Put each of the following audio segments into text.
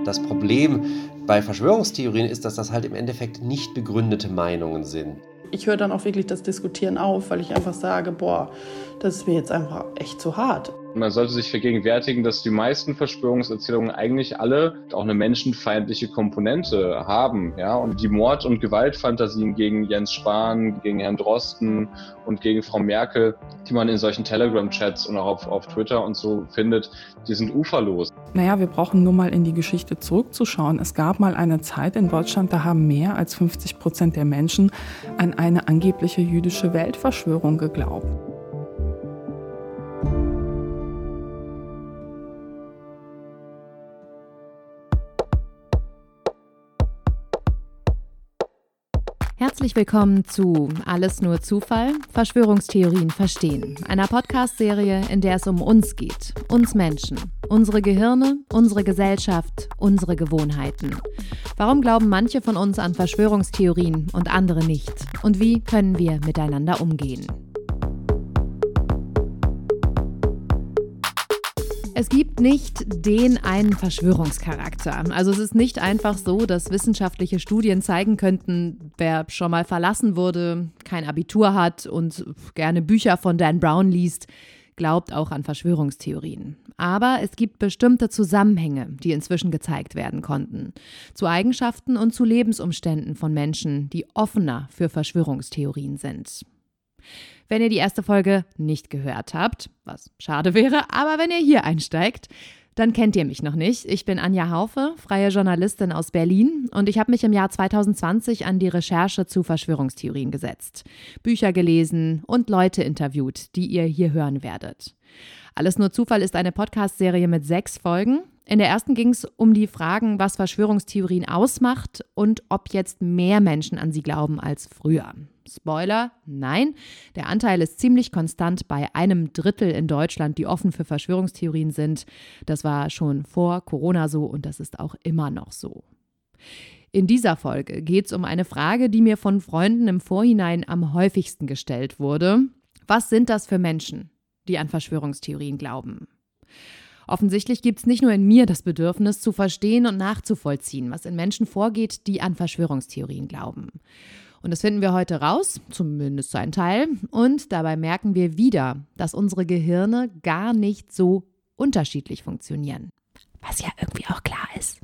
Das Problem bei Verschwörungstheorien ist, dass das halt im Endeffekt nicht begründete Meinungen sind. Ich höre dann auch wirklich das Diskutieren auf, weil ich einfach sage, das ist mir jetzt einfach echt zu hart. Man sollte sich vergegenwärtigen, dass die meisten Verschwörungserzählungen eigentlich alle auch eine menschenfeindliche Komponente haben. Ja? Und die Mord- und Gewaltfantasien gegen Jens Spahn, gegen Herrn Drosten und gegen Frau Merkel, die man in solchen Telegram-Chats und auch auf Twitter und so findet, die sind uferlos. Wir brauchen nur mal in die Geschichte zurückzuschauen. Es gab mal eine Zeit in Deutschland, da haben mehr als 50% der Menschen an eine angebliche jüdische Weltverschwörung geglaubt. Herzlich willkommen zu Alles nur Zufall, Verschwörungstheorien verstehen, einer Podcast-Serie, in der es um uns geht, uns Menschen, unsere Gehirne, unsere Gesellschaft, unsere Gewohnheiten. Warum glauben manche von uns an Verschwörungstheorien und andere nicht? Und wie können wir miteinander umgehen? Es gibt nicht den einen Verschwörungscharakter. Also es ist nicht einfach so, dass wissenschaftliche Studien zeigen könnten, wer schon mal verlassen wurde, kein Abitur hat und gerne Bücher von Dan Brown liest, glaubt auch an Verschwörungstheorien. Aber es gibt bestimmte Zusammenhänge, die inzwischen gezeigt werden konnten. Zu Eigenschaften und zu Lebensumständen von Menschen, die offener für Verschwörungstheorien sind. Wenn ihr die erste Folge nicht gehört habt, was schade wäre, aber wenn ihr hier einsteigt, dann kennt ihr mich noch nicht. Ich bin Anja Haufe, freie Journalistin aus Berlin und ich habe mich im Jahr 2020 an die Recherche zu Verschwörungstheorien gesetzt, Bücher gelesen und Leute interviewt, die ihr hier hören werdet. Alles nur Zufall ist eine Podcast-Serie mit 6 Folgen. In der ersten ging es um die Fragen, was Verschwörungstheorien ausmacht und ob jetzt mehr Menschen an sie glauben als früher. Spoiler, nein, der Anteil ist ziemlich konstant bei 1/3 in Deutschland, die offen für Verschwörungstheorien sind. Das war schon vor Corona so und das ist auch immer noch so. In dieser Folge geht es um eine Frage, die mir von Freunden im Vorhinein am häufigsten gestellt wurde. Was sind das für Menschen, die an Verschwörungstheorien glauben? Offensichtlich gibt es nicht nur in mir das Bedürfnis, zu verstehen und nachzuvollziehen, was in Menschen vorgeht, die an Verschwörungstheorien glauben. Und das finden wir heute raus, zumindest ein Teil. Und dabei merken wir wieder, dass unsere Gehirne gar nicht so unterschiedlich funktionieren. Was ja irgendwie auch klar ist.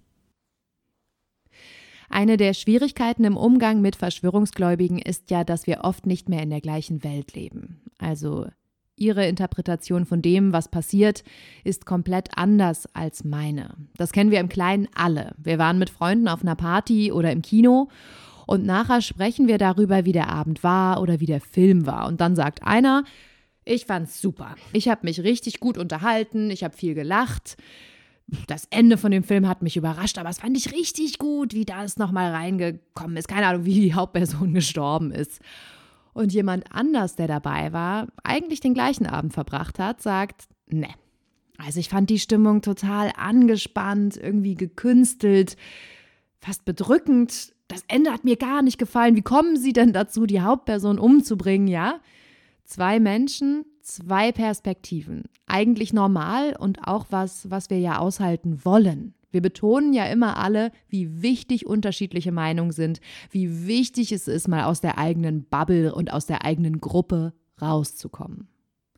Eine der Schwierigkeiten im Umgang mit Verschwörungsgläubigen ist ja, dass wir oft nicht mehr in der gleichen Welt leben. Also ihre Interpretation von dem, was passiert, ist komplett anders als meine. Das kennen wir im Kleinen alle. Wir waren mit Freunden auf einer Party oder im Kino und nachher sprechen wir darüber, wie der Abend war oder wie der Film war. Und dann sagt einer, ich fand's super. Ich habe mich richtig gut unterhalten, ich habe viel gelacht. Das Ende von dem Film hat mich überrascht, aber es fand ich richtig gut, wie das nochmal reingekommen ist. Keine Ahnung, wie die Hauptperson gestorben ist. Und jemand anders, der dabei war, eigentlich den gleichen Abend verbracht hat, sagt, ne. Also ich fand die Stimmung total angespannt, irgendwie gekünstelt, fast bedrückend. Das Ende hat mir gar nicht gefallen. Wie kommen Sie denn dazu, die Hauptperson umzubringen, ja? 2 Menschen, 2 Perspektiven. Eigentlich normal und auch was wir ja aushalten wollen. Wir betonen ja immer alle, wie wichtig unterschiedliche Meinungen sind, wie wichtig es ist, mal aus der eigenen Bubble und aus der eigenen Gruppe rauszukommen.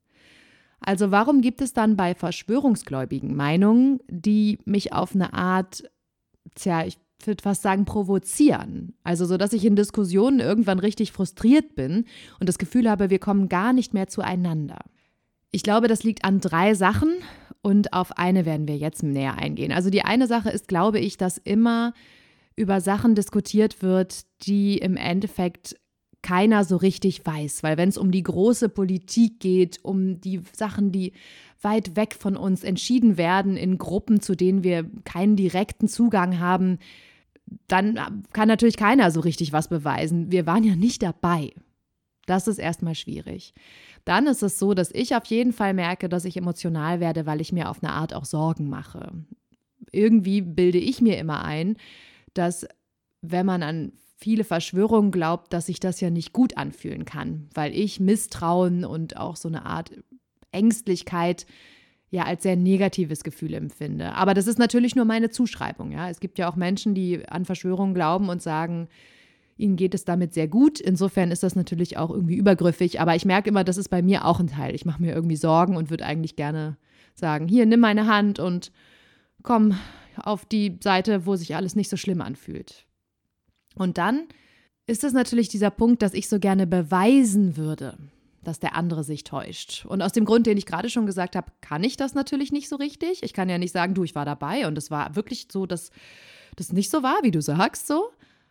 Also warum gibt es dann bei Verschwörungsgläubigen Meinungen, die mich auf eine Art, ich würde fast sagen, provozieren? Also so, dass ich in Diskussionen irgendwann richtig frustriert bin und das Gefühl habe, wir kommen gar nicht mehr zueinander. Ich glaube, das liegt an 3 Sachen. Und auf eine werden wir jetzt näher eingehen. Also die eine Sache ist, glaube ich, dass immer über Sachen diskutiert wird, die im Endeffekt keiner so richtig weiß. Weil wenn es um die große Politik geht, um die Sachen, die weit weg von uns entschieden werden, in Gruppen, zu denen wir keinen direkten Zugang haben, dann kann natürlich keiner so richtig was beweisen. Wir waren ja nicht dabei. Das ist erstmal schwierig. Dann ist es so, dass ich auf jeden Fall merke, dass ich emotional werde, weil ich mir auf eine Art auch Sorgen mache. Irgendwie bilde ich mir immer ein, dass wenn man an viele Verschwörungen glaubt, dass sich das ja nicht gut anfühlen kann, weil ich Misstrauen und auch so eine Art Ängstlichkeit ja als sehr negatives Gefühl empfinde. Aber das ist natürlich nur meine Zuschreibung. Ja? Es gibt ja auch Menschen, die an Verschwörungen glauben und sagen, ihnen geht es damit sehr gut. Insofern ist das natürlich auch irgendwie übergriffig. Aber ich merke immer, das ist bei mir auch ein Teil. Ich mache mir irgendwie Sorgen und würde eigentlich gerne sagen, hier, nimm meine Hand und komm auf die Seite, wo sich alles nicht so schlimm anfühlt. Und dann ist es natürlich dieser Punkt, dass ich so gerne beweisen würde, dass der andere sich täuscht. Und aus dem Grund, den ich gerade schon gesagt habe, kann ich das natürlich nicht so richtig. Ich kann ja nicht sagen, du, ich war dabei und es war wirklich so, dass das nicht so war, wie du sagst, so.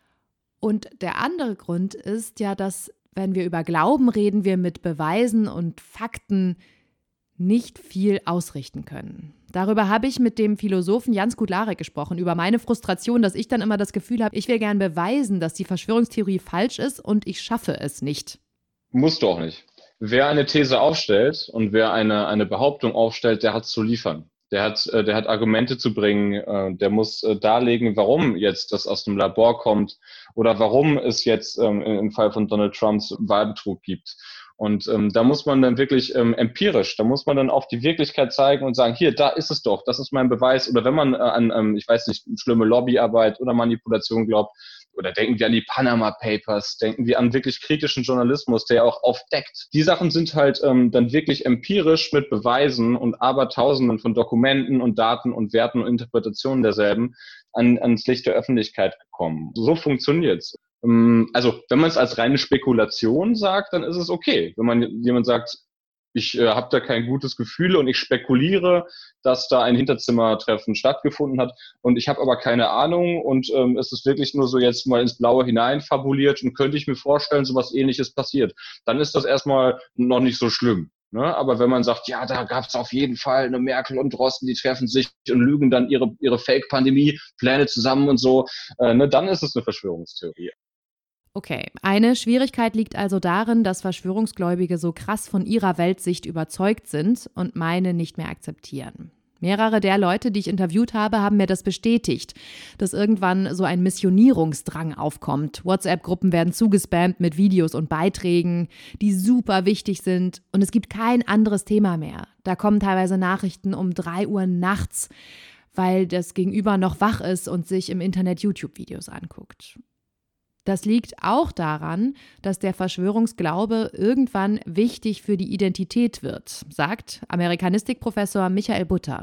Und der andere Grund ist ja, dass, wenn wir über Glauben reden, wir mit Beweisen und Fakten nicht viel ausrichten können. Darüber habe ich mit dem Philosophen Jan Skudlarek gesprochen, über meine Frustration, dass ich dann immer das Gefühl habe, ich will gern beweisen, dass die Verschwörungstheorie falsch ist und ich schaffe es nicht. Musst du auch nicht. Wer eine These aufstellt und wer eine Behauptung aufstellt, der hat zu liefern. Der hat Argumente zu bringen, der muss darlegen, warum jetzt das aus dem Labor kommt oder warum es jetzt im Fall von Donald Trumps Wahlbetrug gibt. Und da muss man dann wirklich empirisch, da muss man dann auf die Wirklichkeit zeigen und sagen, hier, da ist es doch, das ist mein Beweis. Oder wenn man an, ich weiß nicht, schlimme Lobbyarbeit oder Manipulation glaubt, oder denken wir an die Panama Papers, denken wir an wirklich kritischen Journalismus, der auch aufdeckt. Die Sachen sind halt dann wirklich empirisch mit Beweisen und Abertausenden von Dokumenten und Daten und Werten und Interpretationen derselben ans Licht der Öffentlichkeit gekommen. So funktioniert's. Also wenn man es als reine Spekulation sagt, dann ist es okay. Wenn man jemand sagt, ich habe da kein gutes Gefühl und ich spekuliere, dass da ein Hinterzimmertreffen stattgefunden hat und ich habe aber keine Ahnung und es ist wirklich nur so jetzt mal ins Blaue hinein fabuliert und könnte ich mir vorstellen, so was Ähnliches passiert. Dann ist das erstmal noch nicht so schlimm. Ne? Aber wenn man sagt, ja, da gab es auf jeden Fall eine Merkel und Drosten, die treffen sich und lügen dann ihre Fake-Pandemie-Pläne zusammen und so, dann ist es eine Verschwörungstheorie. Okay, eine Schwierigkeit liegt also darin, dass Verschwörungsgläubige so krass von ihrer Weltsicht überzeugt sind und meine nicht mehr akzeptieren. Mehrere der Leute, die ich interviewt habe, haben mir das bestätigt, dass irgendwann so ein Missionierungsdrang aufkommt. WhatsApp-Gruppen werden zugespammt mit Videos und Beiträgen, die super wichtig sind und es gibt kein anderes Thema mehr. Da kommen teilweise Nachrichten um 3 Uhr nachts, weil das Gegenüber noch wach ist und sich im Internet YouTube-Videos anguckt. Das liegt auch daran, dass der Verschwörungsglaube irgendwann wichtig für die Identität wird, sagt Amerikanistikprofessor Michael Butter.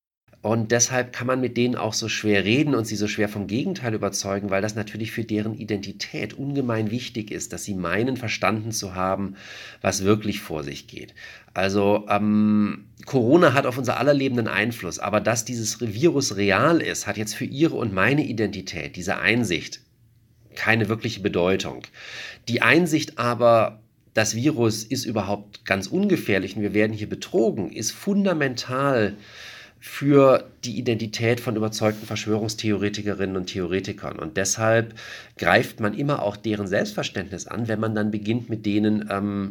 Und deshalb kann man mit denen auch so schwer reden und sie so schwer vom Gegenteil überzeugen, weil das natürlich für deren Identität ungemein wichtig ist, dass sie meinen, verstanden zu haben, was wirklich vor sich geht. Also Corona hat auf unser aller Leben einen Einfluss, aber dass dieses Virus real ist, hat jetzt für ihre und meine Identität, diese Einsicht, keine wirkliche Bedeutung. Die Einsicht aber, das Virus ist überhaupt ganz ungefährlich und wir werden hier betrogen, ist fundamental für die Identität von überzeugten Verschwörungstheoretikerinnen und Theoretikern. Und deshalb greift man immer auch deren Selbstverständnis an, wenn man dann beginnt, mit denen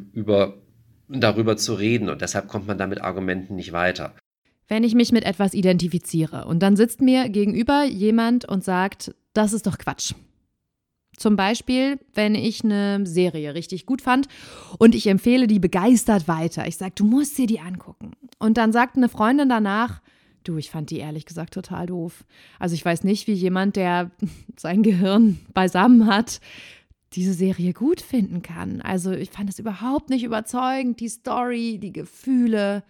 darüber zu reden. Und deshalb kommt man da mit Argumenten nicht weiter. Wenn ich mich mit etwas identifiziere und dann sitzt mir gegenüber jemand und sagt, das ist doch Quatsch. Zum Beispiel, wenn ich eine Serie richtig gut fand und ich empfehle die begeistert weiter. Ich sage, du musst dir die angucken. Und dann sagt eine Freundin danach, du, ich fand die ehrlich gesagt total doof. Also ich weiß nicht, wie jemand, der sein Gehirn beisammen hat, diese Serie gut finden kann. Also ich fand es überhaupt nicht überzeugend, die Story, die Gefühle.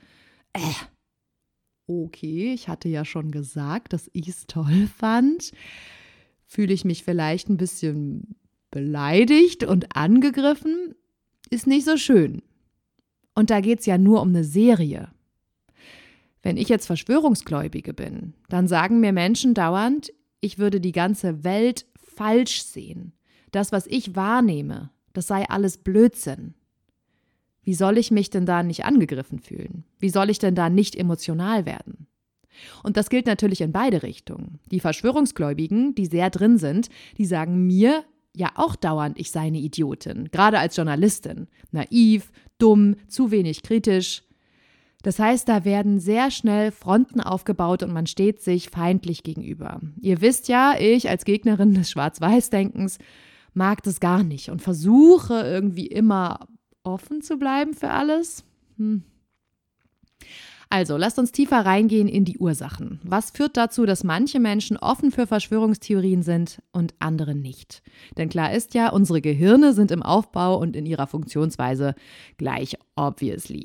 Okay, ich hatte ja schon gesagt, dass ich es toll fand. Fühle ich mich vielleicht ein bisschen beleidigt und angegriffen? Ist nicht so schön. Und da geht es ja nur um eine Serie. Wenn ich jetzt Verschwörungsgläubige bin, dann sagen mir Menschen dauernd, ich würde die ganze Welt falsch sehen. Das, was ich wahrnehme, das sei alles Blödsinn. Wie soll ich mich denn da nicht angegriffen fühlen? Wie soll ich denn da nicht emotional werden? Und das gilt natürlich in beide Richtungen. Die Verschwörungsgläubigen, die sehr drin sind, die sagen mir ja auch dauernd, ich sei eine Idiotin, gerade als Journalistin. Naiv, dumm, zu wenig kritisch. Das heißt, da werden sehr schnell Fronten aufgebaut und man steht sich feindlich gegenüber. Ihr wisst ja, ich als Gegnerin des Schwarz-Weiß-Denkens mag das gar nicht und versuche irgendwie immer offen zu bleiben für alles. Also, lasst uns tiefer reingehen in die Ursachen. Was führt dazu, dass manche Menschen offen für Verschwörungstheorien sind und andere nicht? Denn klar ist ja, unsere Gehirne sind im Aufbau und in ihrer Funktionsweise gleich obviously.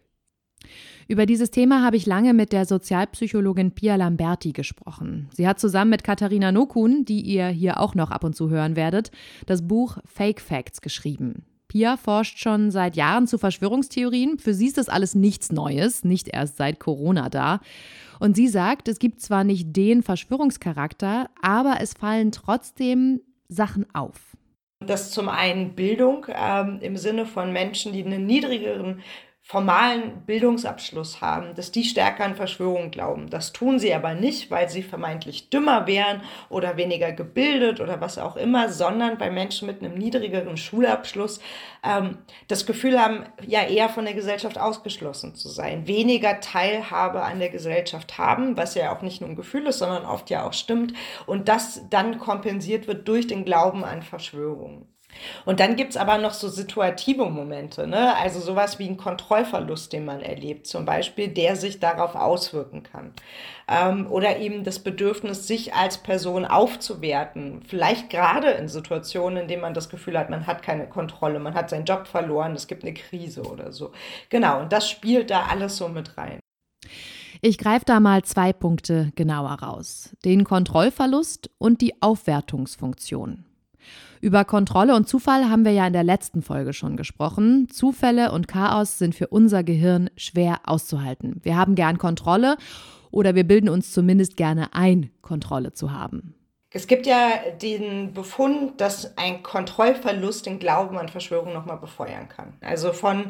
Über dieses Thema habe ich lange mit der Sozialpsychologin Pia Lamberti gesprochen. Sie hat zusammen mit Katharina Nokun, die ihr hier auch noch ab und zu hören werdet, das Buch Fake Facts geschrieben. Pia forscht schon seit Jahren zu Verschwörungstheorien. Für sie ist das alles nichts Neues, nicht erst seit Corona da. Und sie sagt, es gibt zwar nicht den Verschwörungscharakter, aber es fallen trotzdem Sachen auf. Das ist zum einen Bildung im Sinne von Menschen, die einen niedrigeren formalen Bildungsabschluss haben, dass die stärker an Verschwörungen glauben. Das tun sie aber nicht, weil sie vermeintlich dümmer wären oder weniger gebildet oder was auch immer, sondern bei Menschen mit einem niedrigeren Schulabschluss das Gefühl haben, ja eher von der Gesellschaft ausgeschlossen zu sein, weniger Teilhabe an der Gesellschaft haben, was ja auch nicht nur ein Gefühl ist, sondern oft ja auch stimmt, und das dann kompensiert wird durch den Glauben an Verschwörungen. Und dann gibt's aber noch so situative Momente, ne? Also sowas wie ein Kontrollverlust, den man erlebt, zum Beispiel, der sich darauf auswirken kann. Oder eben das Bedürfnis, sich als Person aufzuwerten. Vielleicht gerade in Situationen, in denen man das Gefühl hat, man hat keine Kontrolle, man hat seinen Job verloren, es gibt eine Krise oder so. Genau, und das spielt da alles so mit rein. Ich greife da mal 2 Punkte genauer raus. Den Kontrollverlust und die Aufwertungsfunktion. Über Kontrolle und Zufall haben wir ja in der letzten Folge schon gesprochen. Zufälle und Chaos sind für unser Gehirn schwer auszuhalten. Wir haben gern Kontrolle oder wir bilden uns zumindest gerne ein, Kontrolle zu haben. Es gibt ja den Befund, dass ein Kontrollverlust den Glauben an Verschwörungen nochmal befeuern kann. Also von,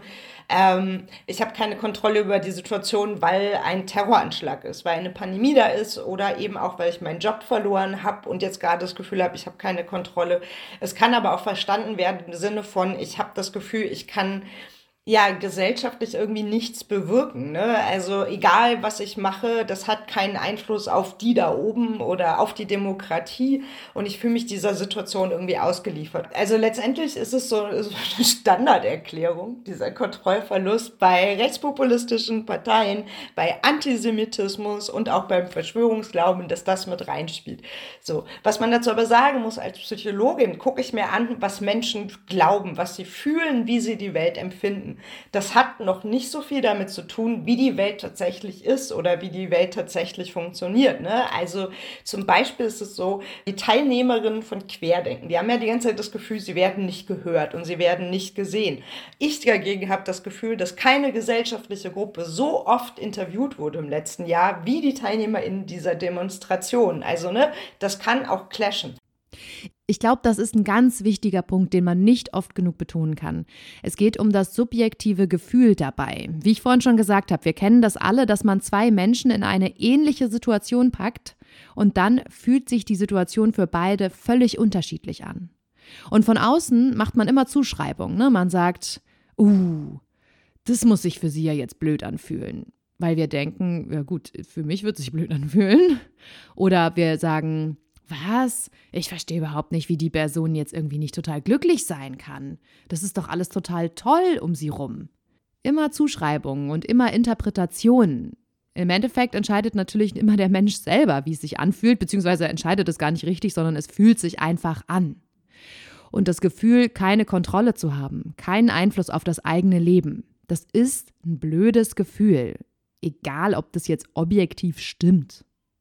ich habe keine Kontrolle über die Situation, weil ein Terroranschlag ist, weil eine Pandemie da ist oder eben auch, weil ich meinen Job verloren habe und jetzt gerade das Gefühl habe, ich habe keine Kontrolle. Es kann aber auch verstanden werden im Sinne von, ich habe das Gefühl, ich kann ja gesellschaftlich irgendwie nichts bewirken, ne? Also egal, was ich mache, das hat keinen Einfluss auf die da oben oder auf die Demokratie und ich fühle mich dieser Situation irgendwie ausgeliefert. Also letztendlich ist es so eine Standarderklärung, dieser Kontrollverlust bei rechtspopulistischen Parteien, bei Antisemitismus und auch beim Verschwörungsglauben, dass das mit reinspielt. So, was man dazu aber sagen muss als Psychologin, gucke ich mir an, was Menschen glauben, was sie fühlen, wie sie die Welt empfinden. Das hat noch nicht so viel damit zu tun, wie die Welt tatsächlich ist oder wie die Welt tatsächlich funktioniert, ne? Also zum Beispiel ist es so, die Teilnehmerinnen von Querdenken, die haben ja die ganze Zeit das Gefühl, sie werden nicht gehört und sie werden nicht gesehen. Ich dagegen habe das Gefühl, dass keine gesellschaftliche Gruppe so oft interviewt wurde im letzten Jahr wie die TeilnehmerInnen dieser Demonstration. Also, ne, das kann auch clashen. Ich glaube, das ist ein ganz wichtiger Punkt, den man nicht oft genug betonen kann. Es geht um das subjektive Gefühl dabei. Wie ich vorhin schon gesagt habe, wir kennen das alle, dass man 2 Menschen in eine ähnliche Situation packt und dann fühlt sich die Situation für beide völlig unterschiedlich an. Und von außen macht man immer Zuschreibungen, ne? Man sagt, das muss sich für sie ja jetzt blöd anfühlen. Weil wir denken, ja gut, für mich wird es sich blöd anfühlen. Oder wir sagen, was? Ich verstehe überhaupt nicht, wie die Person jetzt irgendwie nicht total glücklich sein kann. Das ist doch alles total toll um sie rum. Immer Zuschreibungen und immer Interpretationen. Im Endeffekt entscheidet natürlich immer der Mensch selber, wie es sich anfühlt, beziehungsweise entscheidet es gar nicht richtig, sondern es fühlt sich einfach an. Und das Gefühl, keine Kontrolle zu haben, keinen Einfluss auf das eigene Leben, das ist ein blödes Gefühl. Egal, ob das jetzt objektiv stimmt.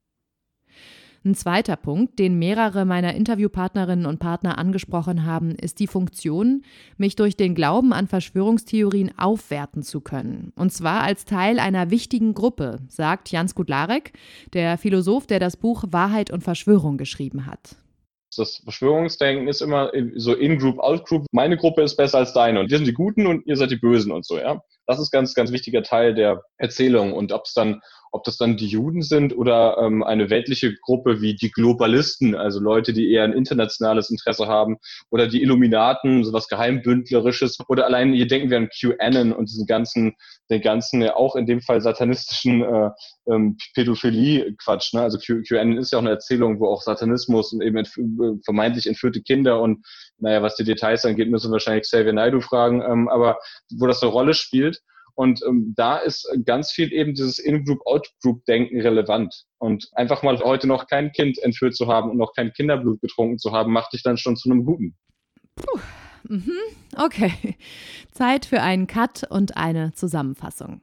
Ein zweiter Punkt, den mehrere meiner Interviewpartnerinnen und Partner angesprochen haben, ist die Funktion, mich durch den Glauben an Verschwörungstheorien aufwerten zu können. Und zwar als Teil einer wichtigen Gruppe, sagt Jan Skudlarek, der Philosoph, der das Buch Wahrheit und Verschwörung geschrieben hat. Das Verschwörungsdenken ist immer so In-Group, Out-Group. Meine Gruppe ist besser als deine und wir sind die Guten und ihr seid die Bösen und so, ja. Das ist ganz, ganz wichtiger Teil der Erzählung. Und ob das dann die Juden sind oder eine weltliche Gruppe wie die Globalisten, also Leute, die eher ein internationales Interesse haben, oder die Illuminaten, sowas Geheimbündlerisches, oder allein hier denken wir an QAnon und den ganzen auch in dem Fall satanistischen Pädophilie-Quatsch. Ne? Also QAnon ist ja auch eine Erzählung, wo auch Satanismus und eben vermeintlich entführte Kinder und was die Details angeht, müssen wir wahrscheinlich Xavier Naidoo fragen, aber wo das eine Rolle spielt. Und da ist ganz viel eben dieses In-Group, Out-Group-Denken relevant. Und einfach mal heute noch kein Kind entführt zu haben und noch kein Kinderblut getrunken zu haben, macht dich dann schon zu einem Guten. Okay, Zeit für einen Cut und eine Zusammenfassung.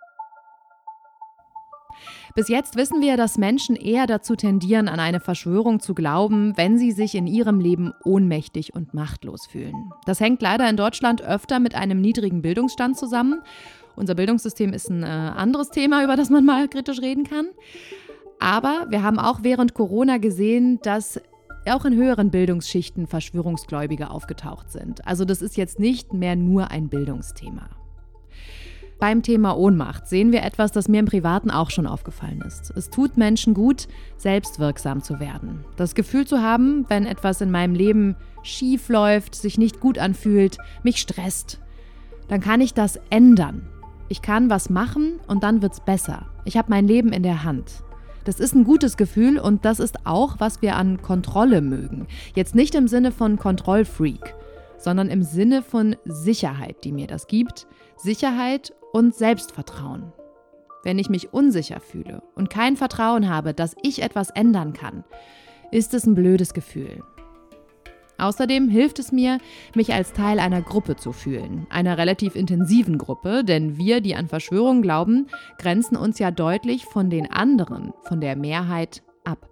Bis jetzt wissen wir, dass Menschen eher dazu tendieren, an eine Verschwörung zu glauben, wenn sie sich in ihrem Leben ohnmächtig und machtlos fühlen. Das hängt leider in Deutschland öfter mit einem niedrigen Bildungsstand zusammen. Unser Bildungssystem ist ein anderes Thema, über das man mal kritisch reden kann. Aber wir haben auch während Corona gesehen, dass auch in höheren Bildungsschichten Verschwörungsgläubige aufgetaucht sind. Also das ist jetzt nicht mehr nur ein Bildungsthema. Beim Thema Ohnmacht sehen wir etwas, das mir im Privaten auch schon aufgefallen ist. Es tut Menschen gut, selbstwirksam zu werden. Das Gefühl zu haben, wenn etwas in meinem Leben schief läuft, sich nicht gut anfühlt, mich stresst, dann kann ich das ändern. Ich kann was machen und dann wird's besser. Ich habe mein Leben in der Hand. Das ist ein gutes Gefühl und das ist auch, was wir an Kontrolle mögen. Jetzt nicht im Sinne von Kontrollfreak, sondern im Sinne von Sicherheit, die mir das gibt. Sicherheit und Selbstvertrauen. Wenn ich mich unsicher fühle und kein Vertrauen habe, dass ich etwas ändern kann, ist es ein blödes Gefühl. Außerdem hilft es mir, mich als Teil einer Gruppe zu fühlen, einer relativ intensiven Gruppe, denn wir, die an Verschwörungen glauben, grenzen uns ja deutlich von den anderen, von der Mehrheit ab.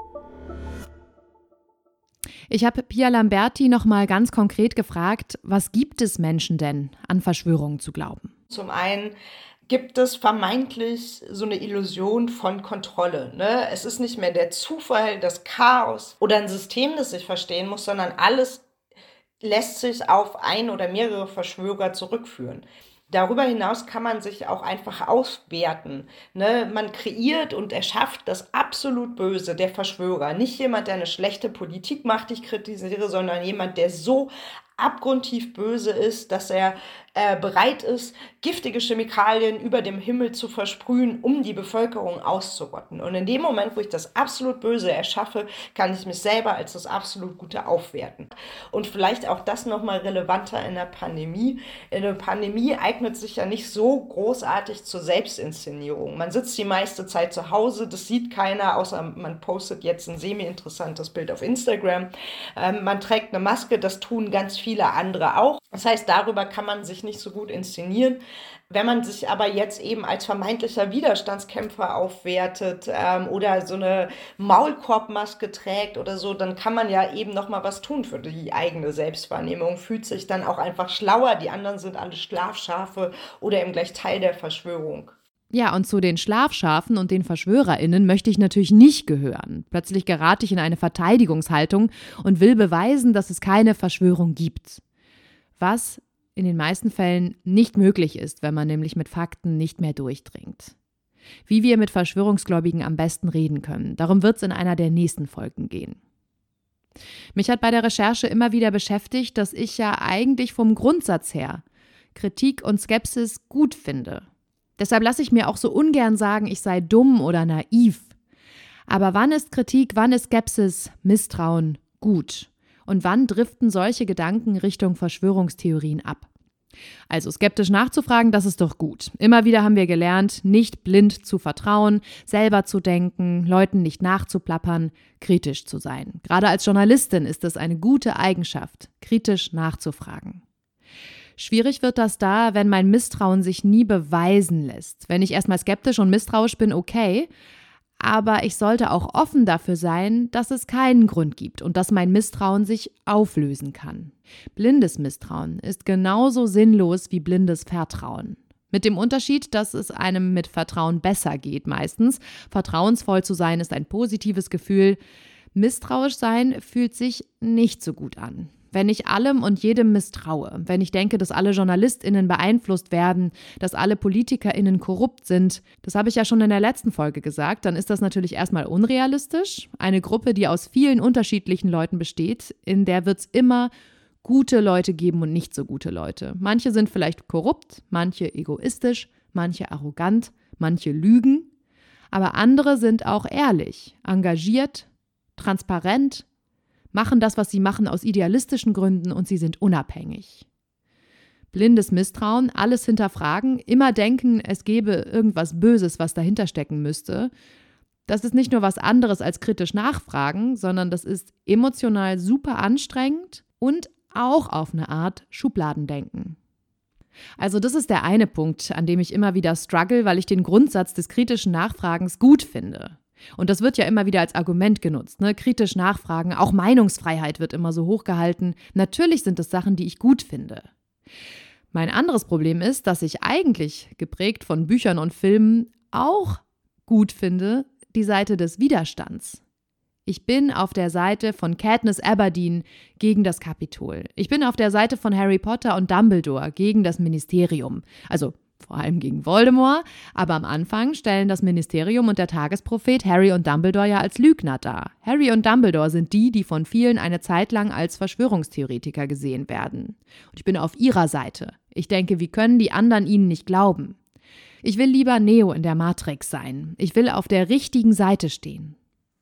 Ich habe Pia Lamberti nochmal ganz konkret gefragt, was gibt es Menschen denn, an Verschwörungen zu glauben? Zum einen gibt es vermeintlich so eine Illusion von Kontrolle. Ne? Es ist nicht mehr der Zufall, das Chaos oder ein System, das sich verstehen muss, sondern alles lässt sich auf ein oder mehrere Verschwörer zurückführen. Darüber hinaus kann man sich auch einfach auswerten. Ne? Man kreiert und erschafft das absolut Böse, der Verschwörer. Nicht jemand, der eine schlechte Politik macht, die ich kritisiere, sondern jemand, der so abgrundtief böse ist, dass er bereit ist, giftige Chemikalien über dem Himmel zu versprühen, um die Bevölkerung auszurotten. Und in dem Moment, wo ich das absolut Böse erschaffe, kann ich mich selber als das absolut Gute aufwerten. Und vielleicht auch das nochmal relevanter in der Pandemie. Eine Pandemie eignet sich ja nicht so großartig zur Selbstinszenierung. Man sitzt die meiste Zeit zu Hause, das sieht keiner, außer man postet jetzt ein semi-interessantes Bild auf Instagram. Man trägt eine Maske, das tun ganz viele andere auch. Das heißt, darüber kann man sich nicht so gut inszenieren. Wenn man sich aber jetzt eben als vermeintlicher Widerstandskämpfer aufwertet oder so eine Maulkorbmaske trägt oder so, dann kann man ja eben nochmal was tun für die eigene Selbstwahrnehmung, fühlt sich dann auch einfach schlauer, die anderen sind alle Schlafschafe oder eben gleich Teil der Verschwörung. Ja, und zu den Schlafschafen und den VerschwörerInnen möchte ich natürlich nicht gehören. Plötzlich gerate ich in eine Verteidigungshaltung und will beweisen, dass es keine Verschwörung gibt. Was in den meisten Fällen nicht möglich ist, wenn man nämlich mit Fakten nicht mehr durchdringt. Wie wir mit Verschwörungsgläubigen am besten reden können, darum wird es in einer der nächsten Folgen gehen. Mich hat bei der Recherche immer wieder beschäftigt, dass ich ja eigentlich vom Grundsatz her Kritik und Skepsis gut finde. Deshalb lasse ich mir auch so ungern sagen, ich sei dumm oder naiv. Aber wann ist Kritik, wann ist Skepsis, Misstrauen gut? Und wann driften solche Gedanken Richtung Verschwörungstheorien ab? Also skeptisch nachzufragen, das ist doch gut. Immer wieder haben wir gelernt, nicht blind zu vertrauen, selber zu denken, Leuten nicht nachzuplappern, kritisch zu sein. Gerade als Journalistin ist es eine gute Eigenschaft, kritisch nachzufragen. Schwierig wird das da, wenn mein Misstrauen sich nie beweisen lässt. Wenn ich erstmal skeptisch und misstrauisch bin, okay, aber ich sollte auch offen dafür sein, dass es keinen Grund gibt und dass mein Misstrauen sich auflösen kann. Blindes Misstrauen ist genauso sinnlos wie blindes Vertrauen. Mit dem Unterschied, dass es einem mit Vertrauen besser geht meistens. Vertrauensvoll zu sein ist ein positives Gefühl. Misstrauisch sein fühlt sich nicht so gut an. Wenn ich allem und jedem misstraue, wenn ich denke, dass alle JournalistInnen beeinflusst werden, dass alle PolitikerInnen korrupt sind, das habe ich ja schon in der letzten Folge gesagt, dann ist das natürlich erstmal unrealistisch. Eine Gruppe, die aus vielen unterschiedlichen Leuten besteht, in der wird es immer gute Leute geben und nicht so gute Leute. Manche sind vielleicht korrupt, manche egoistisch, manche arrogant, manche lügen, aber andere sind auch ehrlich, engagiert, transparent, machen das, was sie machen, aus idealistischen Gründen und sie sind unabhängig. Blindes Misstrauen, alles hinterfragen, immer denken, es gäbe irgendwas Böses, was dahinter stecken müsste. Das ist nicht nur was anderes als kritisch nachfragen, sondern das ist emotional super anstrengend und auch auf eine Art Schubladendenken. Also das ist der eine Punkt, an dem ich immer wieder struggle, weil ich den Grundsatz des kritischen Nachfragens gut finde. Und das wird ja immer wieder als Argument genutzt, ne? Kritisch nachfragen, auch Meinungsfreiheit wird immer so hochgehalten. Natürlich sind es Sachen, die ich gut finde. Mein anderes Problem ist, dass ich eigentlich, geprägt von Büchern und Filmen, auch gut finde, die Seite des Widerstands. Ich bin auf der Seite von Katniss Everdeen gegen das Kapitol. Ich bin auf der Seite von Harry Potter und Dumbledore gegen das Ministerium. Also vor allem gegen Voldemort, aber am Anfang stellen das Ministerium und der Tagesprophet Harry und Dumbledore ja als Lügner dar. Harry und Dumbledore sind die von vielen eine Zeit lang als Verschwörungstheoretiker gesehen werden. Und ich bin auf ihrer Seite. Ich denke, wie können die anderen ihnen nicht glauben? Ich will lieber Neo in der Matrix sein. Ich will auf der richtigen Seite stehen.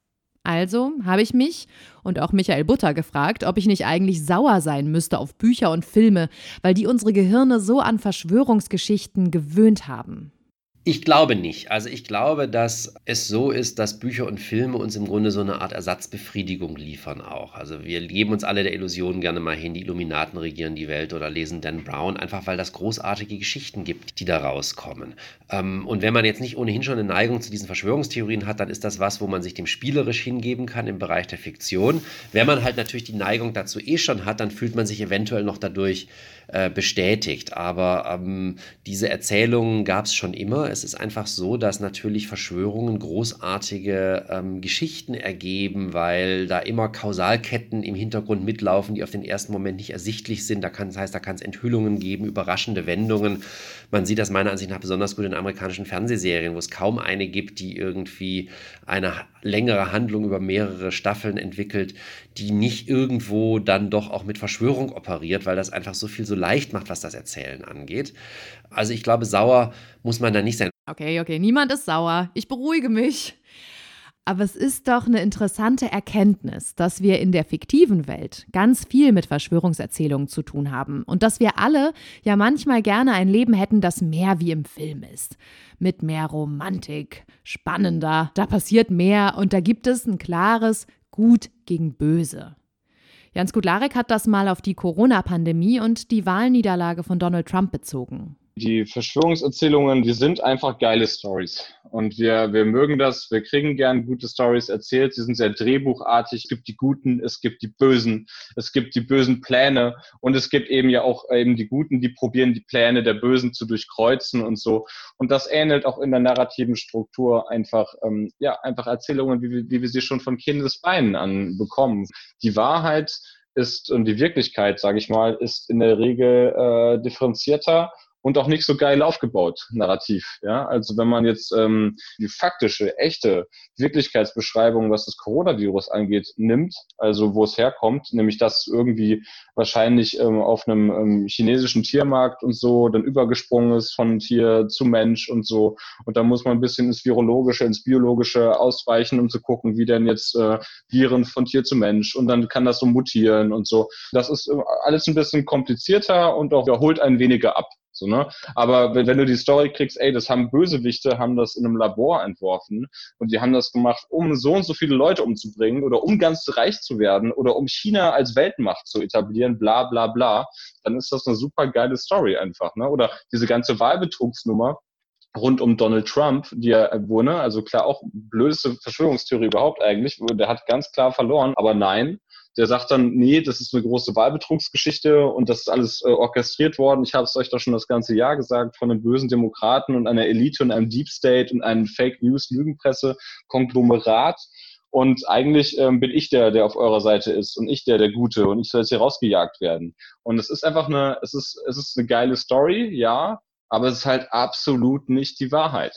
Also habe ich mich und auch Michael Butter gefragt, ob ich nicht eigentlich sauer sein müsste auf Bücher und Filme, weil die unsere Gehirne so an Verschwörungsgeschichten gewöhnt haben. Ich glaube nicht. Also ich glaube, dass es so ist, dass Bücher und Filme uns im Grunde so eine Art Ersatzbefriedigung liefern auch. Also wir geben uns alle der Illusion gerne mal hin, die Illuminaten regieren die Welt oder lesen Dan Brown, einfach weil das großartige Geschichten gibt, die da rauskommen. Und wenn man jetzt nicht ohnehin schon eine Neigung zu diesen Verschwörungstheorien hat, dann ist das was, wo man sich dem spielerisch hingeben kann im Bereich der Fiktion. Wenn man halt natürlich die Neigung dazu schon hat, dann fühlt man sich eventuell noch dadurch bestätigt. Aber diese Erzählungen gab es schon immer. Es ist einfach so, dass natürlich Verschwörungen großartige Geschichten ergeben, weil da immer Kausalketten im Hintergrund mitlaufen, die auf den ersten Moment nicht ersichtlich sind. Da kann es Enthüllungen geben, überraschende Wendungen. Man sieht das meiner Ansicht nach besonders gut in amerikanischen Fernsehserien, wo es kaum eine gibt, die irgendwie eine längere Handlung über mehrere Staffeln entwickelt, die nicht irgendwo dann doch auch mit Verschwörung operiert, weil das einfach so viel so leicht macht, was das Erzählen angeht. Also ich glaube, sauer muss man da nicht sein. Okay, niemand ist sauer. Ich beruhige mich. Aber es ist doch eine interessante Erkenntnis, dass wir in der fiktiven Welt ganz viel mit Verschwörungserzählungen zu tun haben und dass wir alle ja manchmal gerne ein Leben hätten, das mehr wie im Film ist. Mit mehr Romantik, spannender, da passiert mehr und da gibt es ein klares Gut gegen Böse. Jan Skudlarek hat das mal auf die Corona-Pandemie und die Wahlniederlage von Donald Trump bezogen. Die Verschwörungserzählungen, die sind einfach geile Stories. Und wir mögen das, wir kriegen gern gute Stories erzählt. Sie sind sehr drehbuchartig. Es gibt die Guten, es gibt die Bösen, es gibt die bösen Pläne und es gibt eben ja auch eben die Guten, die probieren, die Pläne der Bösen zu durchkreuzen und so. Und das ähnelt auch in der narrativen Struktur einfach Erzählungen, wie wir sie schon von Kindesbeinen an bekommen. Die Wahrheit ist und die Wirklichkeit, sage ich mal, ist in der Regel differenzierter und auch nicht so geil aufgebaut, narrativ. Ja? Also wenn man jetzt die faktische, echte Wirklichkeitsbeschreibung, was das Coronavirus angeht, nimmt, also wo es herkommt, nämlich dass irgendwie wahrscheinlich auf einem chinesischen Tiermarkt und so dann übergesprungen ist von Tier zu Mensch und so. Und da muss man ein bisschen ins Virologische, ins Biologische ausweichen, um zu gucken, wie denn jetzt Viren von Tier zu Mensch und dann kann das so mutieren und so. Das ist alles ein bisschen komplizierter und auch holt einen weniger ab. So, ne? Aber wenn du die Story kriegst, das haben Bösewichte, haben das in einem Labor entworfen und die haben das gemacht, um so und so viele Leute umzubringen oder um ganz reich zu werden oder um China als Weltmacht zu etablieren, bla bla bla, dann ist das eine super geile Story einfach. Ne? Oder diese ganze Wahlbetrugsnummer rund um Donald Trump, die also klar auch blödeste Verschwörungstheorie überhaupt eigentlich, der hat ganz klar verloren, aber nein, der sagt dann, nee, das ist eine große Wahlbetrugsgeschichte und das ist alles orchestriert worden. Ich habe es euch doch schon das ganze Jahr gesagt, von einem bösen Demokraten und einer Elite und einem Deep State und einem Fake News, Lügenpresse, Konglomerat. Und eigentlich bin ich der auf eurer Seite ist und ich der Gute und ich soll jetzt hier rausgejagt werden. Und es ist einfach es ist eine geile Story, ja, aber es ist halt absolut nicht die Wahrheit.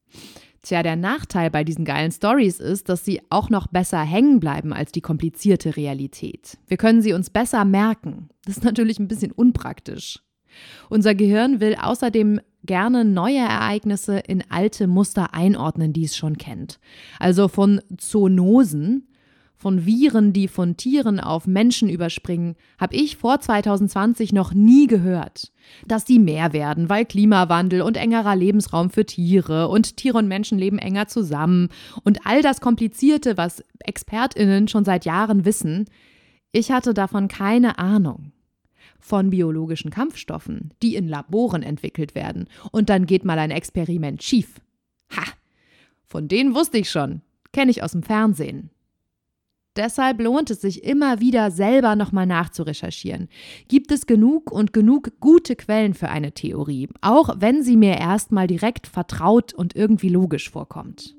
Tja, der Nachteil bei diesen geilen Stories ist, dass sie auch noch besser hängen bleiben als die komplizierte Realität. Wir können sie uns besser merken. Das ist natürlich ein bisschen unpraktisch. Unser Gehirn will außerdem gerne neue Ereignisse in alte Muster einordnen, die es schon kennt. Also von Zoonosen, von Viren, die von Tieren auf Menschen überspringen, habe ich vor 2020 noch nie gehört. Dass die mehr werden, weil Klimawandel und engerer Lebensraum für Tiere und Tiere und Menschen leben enger zusammen und all das Komplizierte, was ExpertInnen schon seit Jahren wissen, ich hatte davon keine Ahnung. Von biologischen Kampfstoffen, die in Laboren entwickelt werden und dann geht mal ein Experiment schief. Ha! Von denen wusste ich schon, kenne ich aus dem Fernsehen. Deshalb lohnt es sich immer wieder, selber nochmal nachzurecherchieren. Gibt es genug gute Quellen für eine Theorie, auch wenn sie mir erstmal direkt vertraut und irgendwie logisch vorkommt.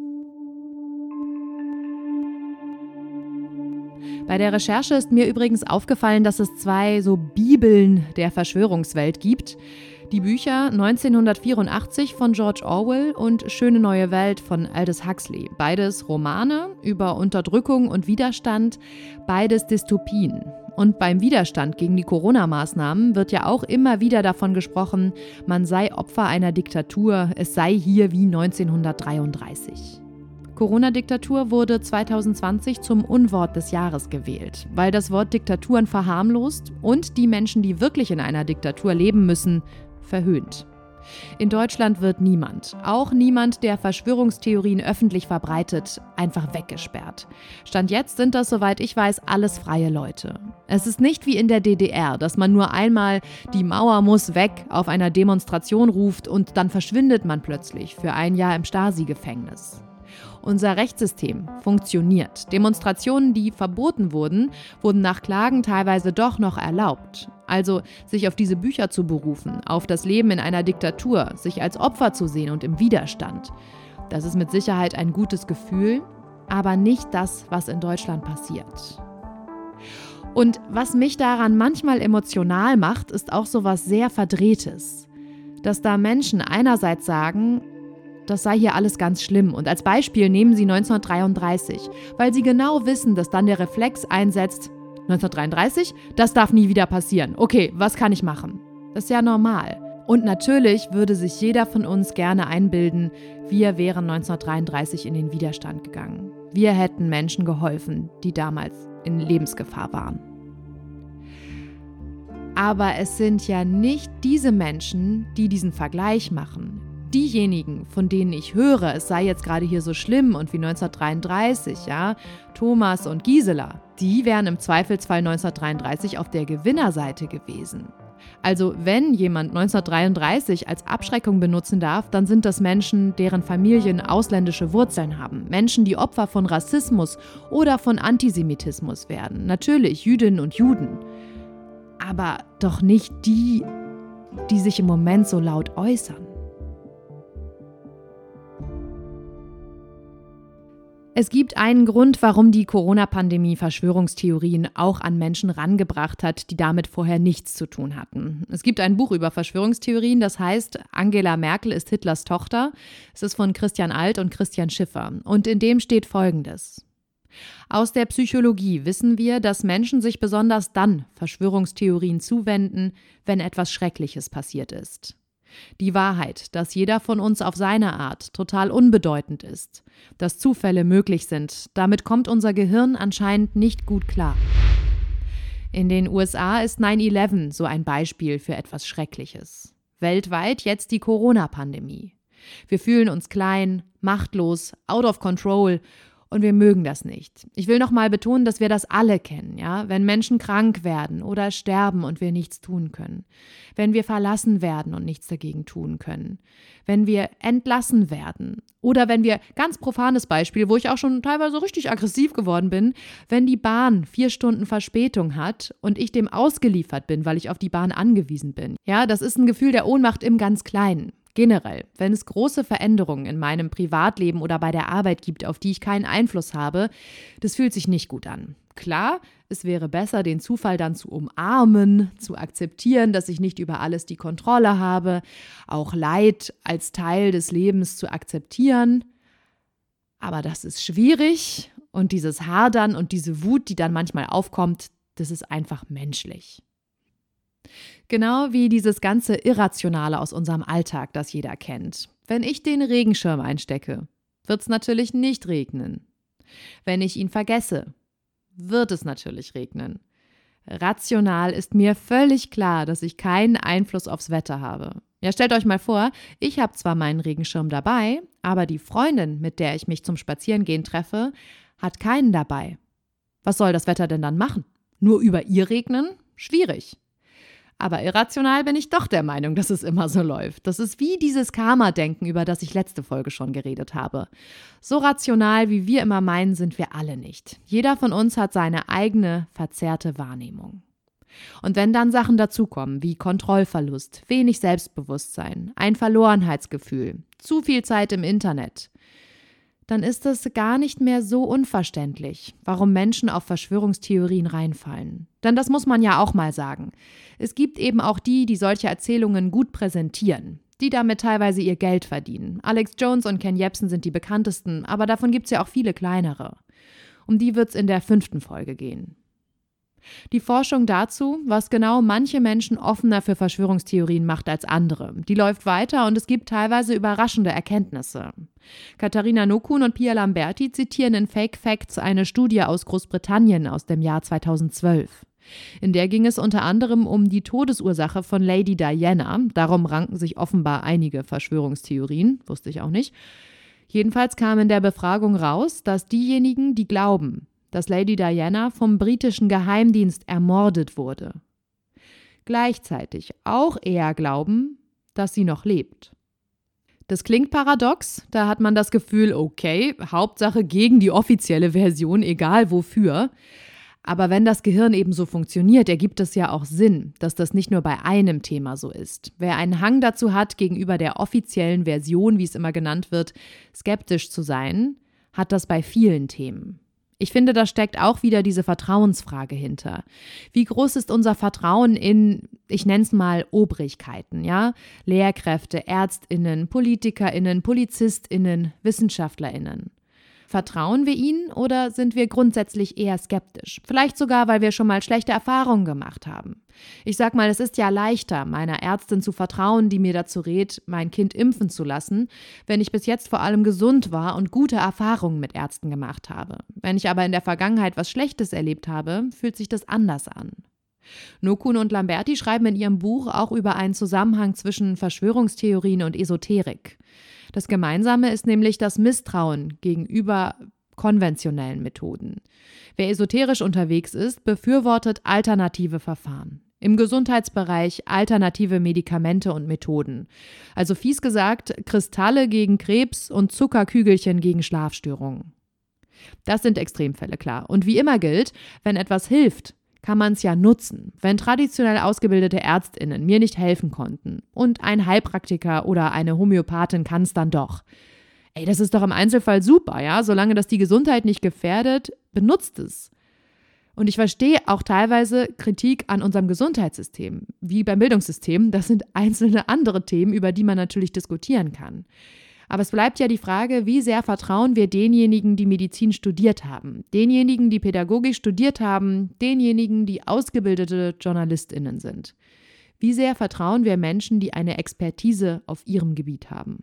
Bei der Recherche ist mir übrigens aufgefallen, dass es 2 so Bibeln der Verschwörungswelt gibt. Die Bücher 1984 von George Orwell und Schöne neue Welt von Aldous Huxley. Beides Romane über Unterdrückung und Widerstand, beides Dystopien. Und beim Widerstand gegen die Corona-Maßnahmen wird ja auch immer wieder davon gesprochen, man sei Opfer einer Diktatur, es sei hier wie 1933. Corona-Diktatur wurde 2020 zum Unwort des Jahres gewählt, weil das Wort Diktaturen verharmlost und die Menschen, die wirklich in einer Diktatur leben müssen, verhöhnt. In Deutschland wird niemand, auch niemand, der Verschwörungstheorien öffentlich verbreitet, einfach weggesperrt. Stand jetzt sind das, soweit ich weiß, alles freie Leute. Es ist nicht wie in der DDR, dass man nur einmal "die Mauer muss weg" auf einer Demonstration ruft und dann verschwindet man plötzlich für ein Jahr im Stasi-Gefängnis. Unser Rechtssystem funktioniert. Demonstrationen, die verboten wurden, wurden nach Klagen teilweise doch noch erlaubt. Also sich auf diese Bücher zu berufen, auf das Leben in einer Diktatur, sich als Opfer zu sehen und im Widerstand. Das ist mit Sicherheit ein gutes Gefühl, aber nicht das, was in Deutschland passiert. Und was mich daran manchmal emotional macht, ist auch so was sehr Verdrehtes. Dass da Menschen einerseits sagen, das sei hier alles ganz schlimm. Und als Beispiel nehmen sie 1933, weil sie genau wissen, dass dann der Reflex einsetzt, 1933, das darf nie wieder passieren. Okay, was kann ich machen? Das ist ja normal. Und natürlich würde sich jeder von uns gerne einbilden, wir wären 1933 in den Widerstand gegangen. Wir hätten Menschen geholfen, die damals in Lebensgefahr waren. Aber es sind ja nicht diese Menschen, die diesen Vergleich machen. Diejenigen, von denen ich höre, es sei jetzt gerade hier so schlimm und wie 1933, ja, Thomas und Gisela, die wären im Zweifelsfall 1933 auf der Gewinnerseite gewesen. Also wenn jemand 1933 als Abschreckung benutzen darf, dann sind das Menschen, deren Familien ausländische Wurzeln haben. Menschen, die Opfer von Rassismus oder von Antisemitismus werden. Natürlich Jüdinnen und Juden. Aber doch nicht die, die sich im Moment so laut äußern. Es gibt einen Grund, warum die Corona-Pandemie Verschwörungstheorien auch an Menschen rangebracht hat, die damit vorher nichts zu tun hatten. Es gibt ein Buch über Verschwörungstheorien, das heißt Angela Merkel ist Hitlers Tochter. Es ist von Christian Alt und Christian Schiffer. Und in dem steht Folgendes. Aus der Psychologie wissen wir, dass Menschen sich besonders dann Verschwörungstheorien zuwenden, wenn etwas Schreckliches passiert ist. Die Wahrheit, dass jeder von uns auf seine Art total unbedeutend ist, dass Zufälle möglich sind, damit kommt unser Gehirn anscheinend nicht gut klar. In den USA ist 9/11 so ein Beispiel für etwas Schreckliches. Weltweit jetzt die Corona-Pandemie. Wir fühlen uns klein, machtlos, out of control und wir mögen das nicht. Ich will nochmal betonen, dass wir das alle kennen, ja? Wenn Menschen krank werden oder sterben und wir nichts tun können. Wenn wir verlassen werden und nichts dagegen tun können. Wenn wir entlassen werden. Oder wenn wir, ganz profanes Beispiel, wo ich auch schon teilweise richtig aggressiv geworden bin, wenn die Bahn 4 Stunden Verspätung hat und ich dem ausgeliefert bin, weil ich auf die Bahn angewiesen bin. Ja, das ist ein Gefühl der Ohnmacht im ganz Kleinen. Generell, wenn es große Veränderungen in meinem Privatleben oder bei der Arbeit gibt, auf die ich keinen Einfluss habe, das fühlt sich nicht gut an. Klar, es wäre besser, den Zufall dann zu umarmen, zu akzeptieren, dass ich nicht über alles die Kontrolle habe, auch Leid als Teil des Lebens zu akzeptieren. Aber das ist schwierig und dieses Hadern und diese Wut, die dann manchmal aufkommt, das ist einfach menschlich. Genau wie dieses ganze Irrationale aus unserem Alltag, das jeder kennt. Wenn ich den Regenschirm einstecke, wird es natürlich nicht regnen. Wenn ich ihn vergesse, wird es natürlich regnen. Rational ist mir völlig klar, dass ich keinen Einfluss aufs Wetter habe. Ja, stellt euch mal vor, ich habe zwar meinen Regenschirm dabei, aber die Freundin, mit der ich mich zum Spazierengehen treffe, hat keinen dabei. Was soll das Wetter denn dann machen? Nur über ihr regnen? Schwierig. Aber irrational bin ich doch der Meinung, dass es immer so läuft. Das ist wie dieses Karma-Denken, über das ich letzte Folge schon geredet habe. So rational, wie wir immer meinen, sind wir alle nicht. Jeder von uns hat seine eigene, verzerrte Wahrnehmung. Und wenn dann Sachen dazukommen, wie Kontrollverlust, wenig Selbstbewusstsein, ein Verlorenheitsgefühl, zu viel Zeit im Internet, dann ist es gar nicht mehr so unverständlich, warum Menschen auf Verschwörungstheorien reinfallen. Denn das muss man ja auch mal sagen. Es gibt eben auch die solche Erzählungen gut präsentieren, die damit teilweise ihr Geld verdienen. Alex Jones und Ken Jebsen sind die bekanntesten, aber davon gibt es ja auch viele kleinere. Um die wird es in der 5. Folge gehen. Die Forschung dazu, was genau manche Menschen offener für Verschwörungstheorien macht als andere, die läuft weiter und es gibt teilweise überraschende Erkenntnisse. Katharina Nokun und Pia Lamberti zitieren in Fake Facts eine Studie aus Großbritannien aus dem Jahr 2012. In der ging es unter anderem um die Todesursache von Lady Diana. Darum ranken sich offenbar einige Verschwörungstheorien, wusste ich auch nicht. Jedenfalls kam in der Befragung raus, dass diejenigen, die glauben, dass Lady Diana vom britischen Geheimdienst ermordet wurde, gleichzeitig auch eher glauben, dass sie noch lebt. Das klingt paradox, da hat man das Gefühl, okay, Hauptsache gegen die offizielle Version, egal wofür. Aber wenn das Gehirn eben so funktioniert, ergibt es ja auch Sinn, dass das nicht nur bei einem Thema so ist. Wer einen Hang dazu hat, gegenüber der offiziellen Version, wie es immer genannt wird, skeptisch zu sein, hat das bei vielen Themen. Ich finde, da steckt auch wieder diese Vertrauensfrage hinter. Wie groß ist unser Vertrauen in, ich nenne es mal, Obrigkeiten, ja? Lehrkräfte, ÄrztInnen, PolitikerInnen, PolizistInnen, WissenschaftlerInnen. Vertrauen wir ihnen oder sind wir grundsätzlich eher skeptisch? Vielleicht sogar, weil wir schon mal schlechte Erfahrungen gemacht haben. Ich sag mal, es ist ja leichter, meiner Ärztin zu vertrauen, die mir dazu rät, mein Kind impfen zu lassen, wenn ich bis jetzt vor allem gesund war und gute Erfahrungen mit Ärzten gemacht habe. Wenn ich aber in der Vergangenheit was Schlechtes erlebt habe, fühlt sich das anders an. Nokun und Lamberti schreiben in ihrem Buch auch über einen Zusammenhang zwischen Verschwörungstheorien und Esoterik. Das Gemeinsame ist nämlich das Misstrauen gegenüber konventionellen Methoden. Wer esoterisch unterwegs ist, befürwortet alternative Verfahren. Im Gesundheitsbereich alternative Medikamente und Methoden. Also fies gesagt, Kristalle gegen Krebs und Zuckerkügelchen gegen Schlafstörungen. Das sind Extremfälle, klar. Und wie immer gilt, wenn etwas hilft, kann man es ja nutzen, wenn traditionell ausgebildete ÄrztInnen mir nicht helfen konnten und ein Heilpraktiker oder eine Homöopathin kann es dann doch. Ey, das ist doch im Einzelfall super, ja? Solange das die Gesundheit nicht gefährdet, benutzt es. Und ich verstehe auch teilweise Kritik an unserem Gesundheitssystem, wie beim Bildungssystem. Das sind einzelne andere Themen, über die man natürlich diskutieren kann. Aber es bleibt ja die Frage, wie sehr vertrauen wir denjenigen, die Medizin studiert haben, denjenigen, die Pädagogik studiert haben, denjenigen, die ausgebildete JournalistInnen sind. Wie sehr vertrauen wir Menschen, die eine Expertise auf ihrem Gebiet haben?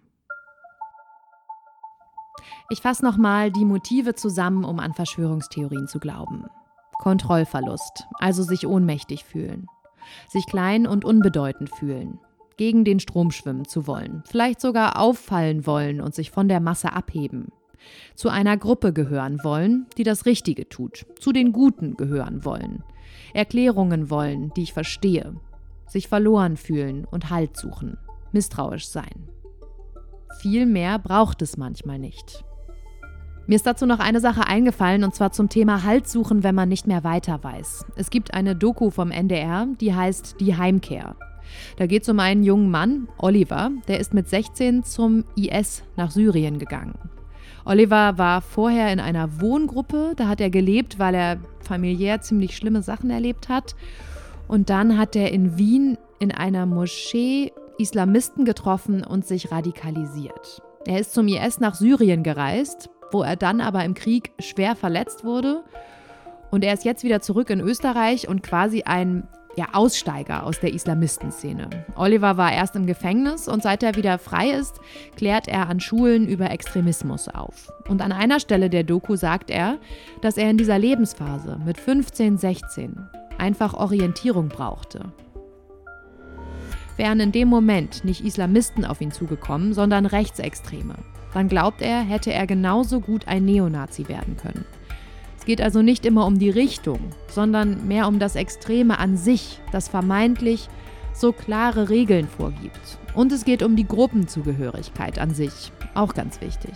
Ich fasse nochmal die Motive zusammen, um an Verschwörungstheorien zu glauben. Kontrollverlust, also sich ohnmächtig fühlen. Sich klein und unbedeutend fühlen. Gegen den Strom schwimmen zu wollen, vielleicht sogar auffallen wollen und sich von der Masse abheben. Zu einer Gruppe gehören wollen, die das Richtige tut, zu den Guten gehören wollen. Erklärungen wollen, die ich verstehe. Sich verloren fühlen und Halt suchen. Misstrauisch sein. Viel mehr braucht es manchmal nicht. Mir ist dazu noch eine Sache eingefallen, und zwar zum Thema Halt suchen, wenn man nicht mehr weiter weiß. Es gibt eine Doku vom NDR, die heißt Die Heimkehr. Da geht es um einen jungen Mann, Oliver, der ist mit 16 zum IS nach Syrien gegangen. Oliver war vorher in einer Wohngruppe, da hat er gelebt, weil er familiär ziemlich schlimme Sachen erlebt hat. Und dann hat er in Wien in einer Moschee Islamisten getroffen und sich radikalisiert. Er ist zum IS nach Syrien gereist, wo er dann aber im Krieg schwer verletzt wurde. Und er ist jetzt wieder zurück in Österreich und quasi ein Aussteiger aus der Islamistenszene. Oliver war erst im Gefängnis und seit er wieder frei ist, klärt er an Schulen über Extremismus auf. Und an einer Stelle der Doku sagt er, dass er in dieser Lebensphase mit 15, 16 einfach Orientierung brauchte. Wären in dem Moment nicht Islamisten auf ihn zugekommen, sondern Rechtsextreme, dann glaubt er, hätte er genauso gut ein Neonazi werden können. Es geht also nicht immer um die Richtung, sondern mehr um das Extreme an sich, das vermeintlich so klare Regeln vorgibt. Und es geht um die Gruppenzugehörigkeit an sich, auch ganz wichtig.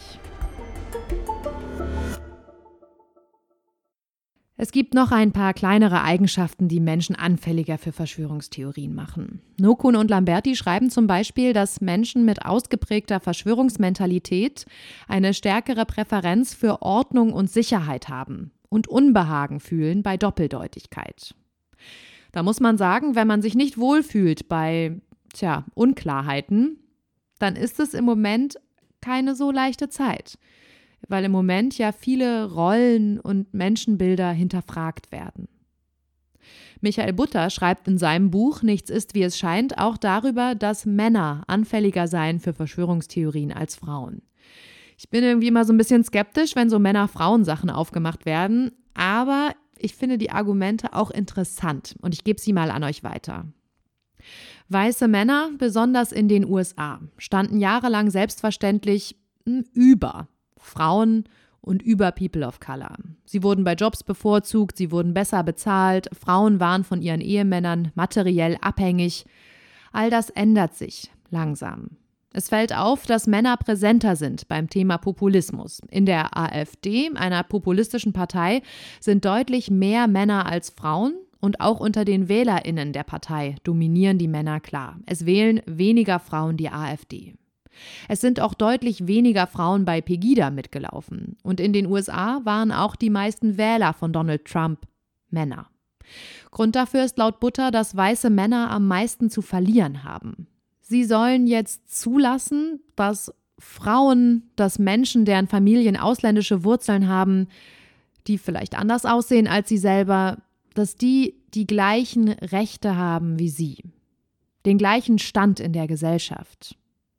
Es gibt noch ein paar kleinere Eigenschaften, die Menschen anfälliger für Verschwörungstheorien machen. Nokun und Lamberti schreiben zum Beispiel, dass Menschen mit ausgeprägter Verschwörungsmentalität eine stärkere Präferenz für Ordnung und Sicherheit haben und Unbehagen fühlen bei Doppeldeutigkeit. Da muss man sagen, wenn man sich nicht wohlfühlt bei Unklarheiten, dann ist es im Moment keine so leichte Zeit. Weil im Moment ja viele Rollen und Menschenbilder hinterfragt werden. Michael Butter schreibt in seinem Buch Nichts ist, wie es scheint, auch darüber, dass Männer anfälliger seien für Verschwörungstheorien als Frauen. Ich bin irgendwie immer so ein bisschen skeptisch, wenn so Männer-Frauen-Sachen aufgemacht werden, aber ich finde die Argumente auch interessant und ich gebe sie mal an euch weiter. Weiße Männer, besonders in den USA, standen jahrelang selbstverständlich über Frauen und über People of Color. Sie wurden bei Jobs bevorzugt, sie wurden besser bezahlt, Frauen waren von ihren Ehemännern materiell abhängig. All das ändert sich langsam. Es fällt auf, dass Männer präsenter sind beim Thema Populismus. In der AfD, einer populistischen Partei, sind deutlich mehr Männer als Frauen und auch unter den WählerInnen der Partei dominieren die Männer klar. Es wählen weniger Frauen die AfD. Es sind auch deutlich weniger Frauen bei Pegida mitgelaufen. Und in den USA waren auch die meisten Wähler von Donald Trump Männer. Grund dafür ist laut Butter, dass weiße Männer am meisten zu verlieren haben. Sie sollen jetzt zulassen, dass Frauen, dass Menschen, deren Familien ausländische Wurzeln haben, die vielleicht anders aussehen als sie selber, dass die gleichen Rechte haben wie sie. Den gleichen Stand in der Gesellschaft.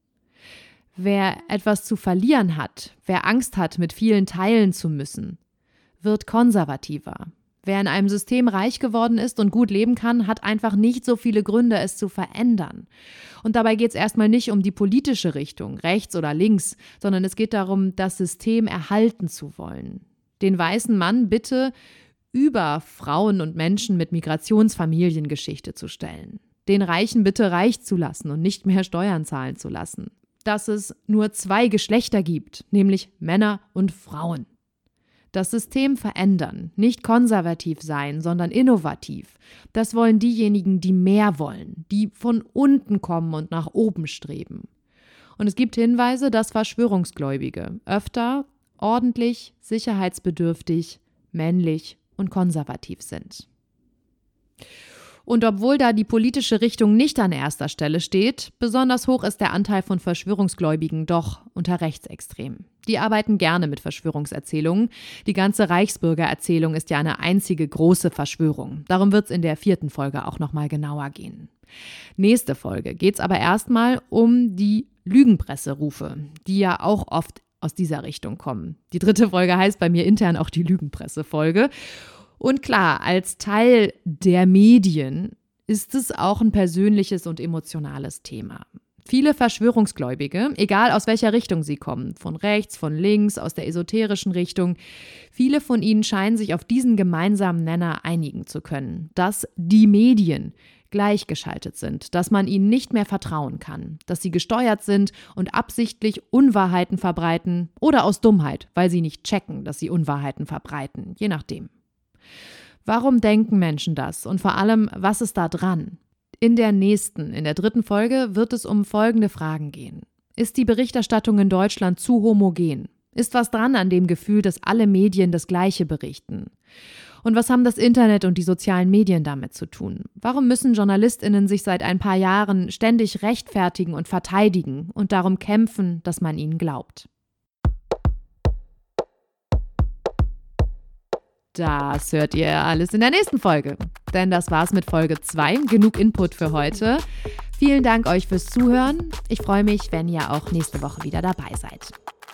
Wer etwas zu verlieren hat, wer Angst hat, mit vielen teilen zu müssen, wird konservativer. Wer in einem System reich geworden ist und gut leben kann, hat einfach nicht so viele Gründe, es zu verändern. Und dabei geht es erstmal nicht um die politische Richtung, rechts oder links, sondern es geht darum, das System erhalten zu wollen. Den weißen Mann bitte über Frauen und Menschen mit Migrationsfamiliengeschichte zu stellen. Den Reichen bitte reich zu lassen und nicht mehr Steuern zahlen zu lassen. Dass es nur 2 Geschlechter gibt, nämlich Männer und Frauen. Das System verändern, nicht konservativ sein, sondern innovativ. Das wollen diejenigen, die mehr wollen, die von unten kommen und nach oben streben. Und es gibt Hinweise, dass Verschwörungsgläubige öfter ordentlich, sicherheitsbedürftig, männlich und konservativ sind. Und obwohl da die politische Richtung nicht an erster Stelle steht, besonders hoch ist der Anteil von Verschwörungsgläubigen doch unter Rechtsextremen. Die arbeiten gerne mit Verschwörungserzählungen. Die ganze Reichsbürgererzählung ist ja eine einzige große Verschwörung. Darum wird es in der 4. Folge auch nochmal genauer gehen. Nächste Folge geht es aber erstmal um die Lügenpresserufe, die ja auch oft aus dieser Richtung kommen. Die 3. Folge heißt bei mir intern auch die Lügenpressefolge. Und klar, als Teil der Medien ist es auch ein persönliches und emotionales Thema. Viele Verschwörungsgläubige, egal aus welcher Richtung sie kommen, von rechts, von links, aus der esoterischen Richtung, viele von ihnen scheinen sich auf diesen gemeinsamen Nenner einigen zu können, dass die Medien gleichgeschaltet sind, dass man ihnen nicht mehr vertrauen kann, dass sie gesteuert sind und absichtlich Unwahrheiten verbreiten oder aus Dummheit, weil sie nicht checken, dass sie Unwahrheiten verbreiten, je nachdem. Warum denken Menschen das und vor allem, was ist da dran? In der 3. Folge wird es um folgende Fragen gehen. Ist die Berichterstattung in Deutschland zu homogen? Ist was dran an dem Gefühl, dass alle Medien das Gleiche berichten? Und was haben das Internet und die sozialen Medien damit zu tun? Warum müssen JournalistInnen sich seit ein paar Jahren ständig rechtfertigen und verteidigen und darum kämpfen, dass man ihnen glaubt? Das hört ihr alles in der nächsten Folge. denn das war's mit Folge 2. Genug Input für heute. Vielen Dank euch fürs Zuhören. Ich freue mich, wenn ihr auch nächste Woche wieder dabei seid.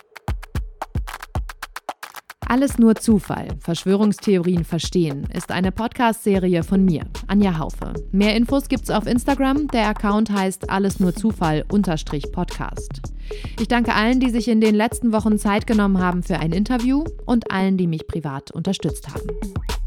Alles nur Zufall. Verschwörungstheorien verstehen ist eine Podcast-Serie von mir, Anja Haufe. Mehr Infos gibt's auf Instagram. Der Account heißt allesnurzufall_podcast. Ich danke allen, die sich in den letzten Wochen Zeit genommen haben für ein Interview und allen, die mich privat unterstützt haben.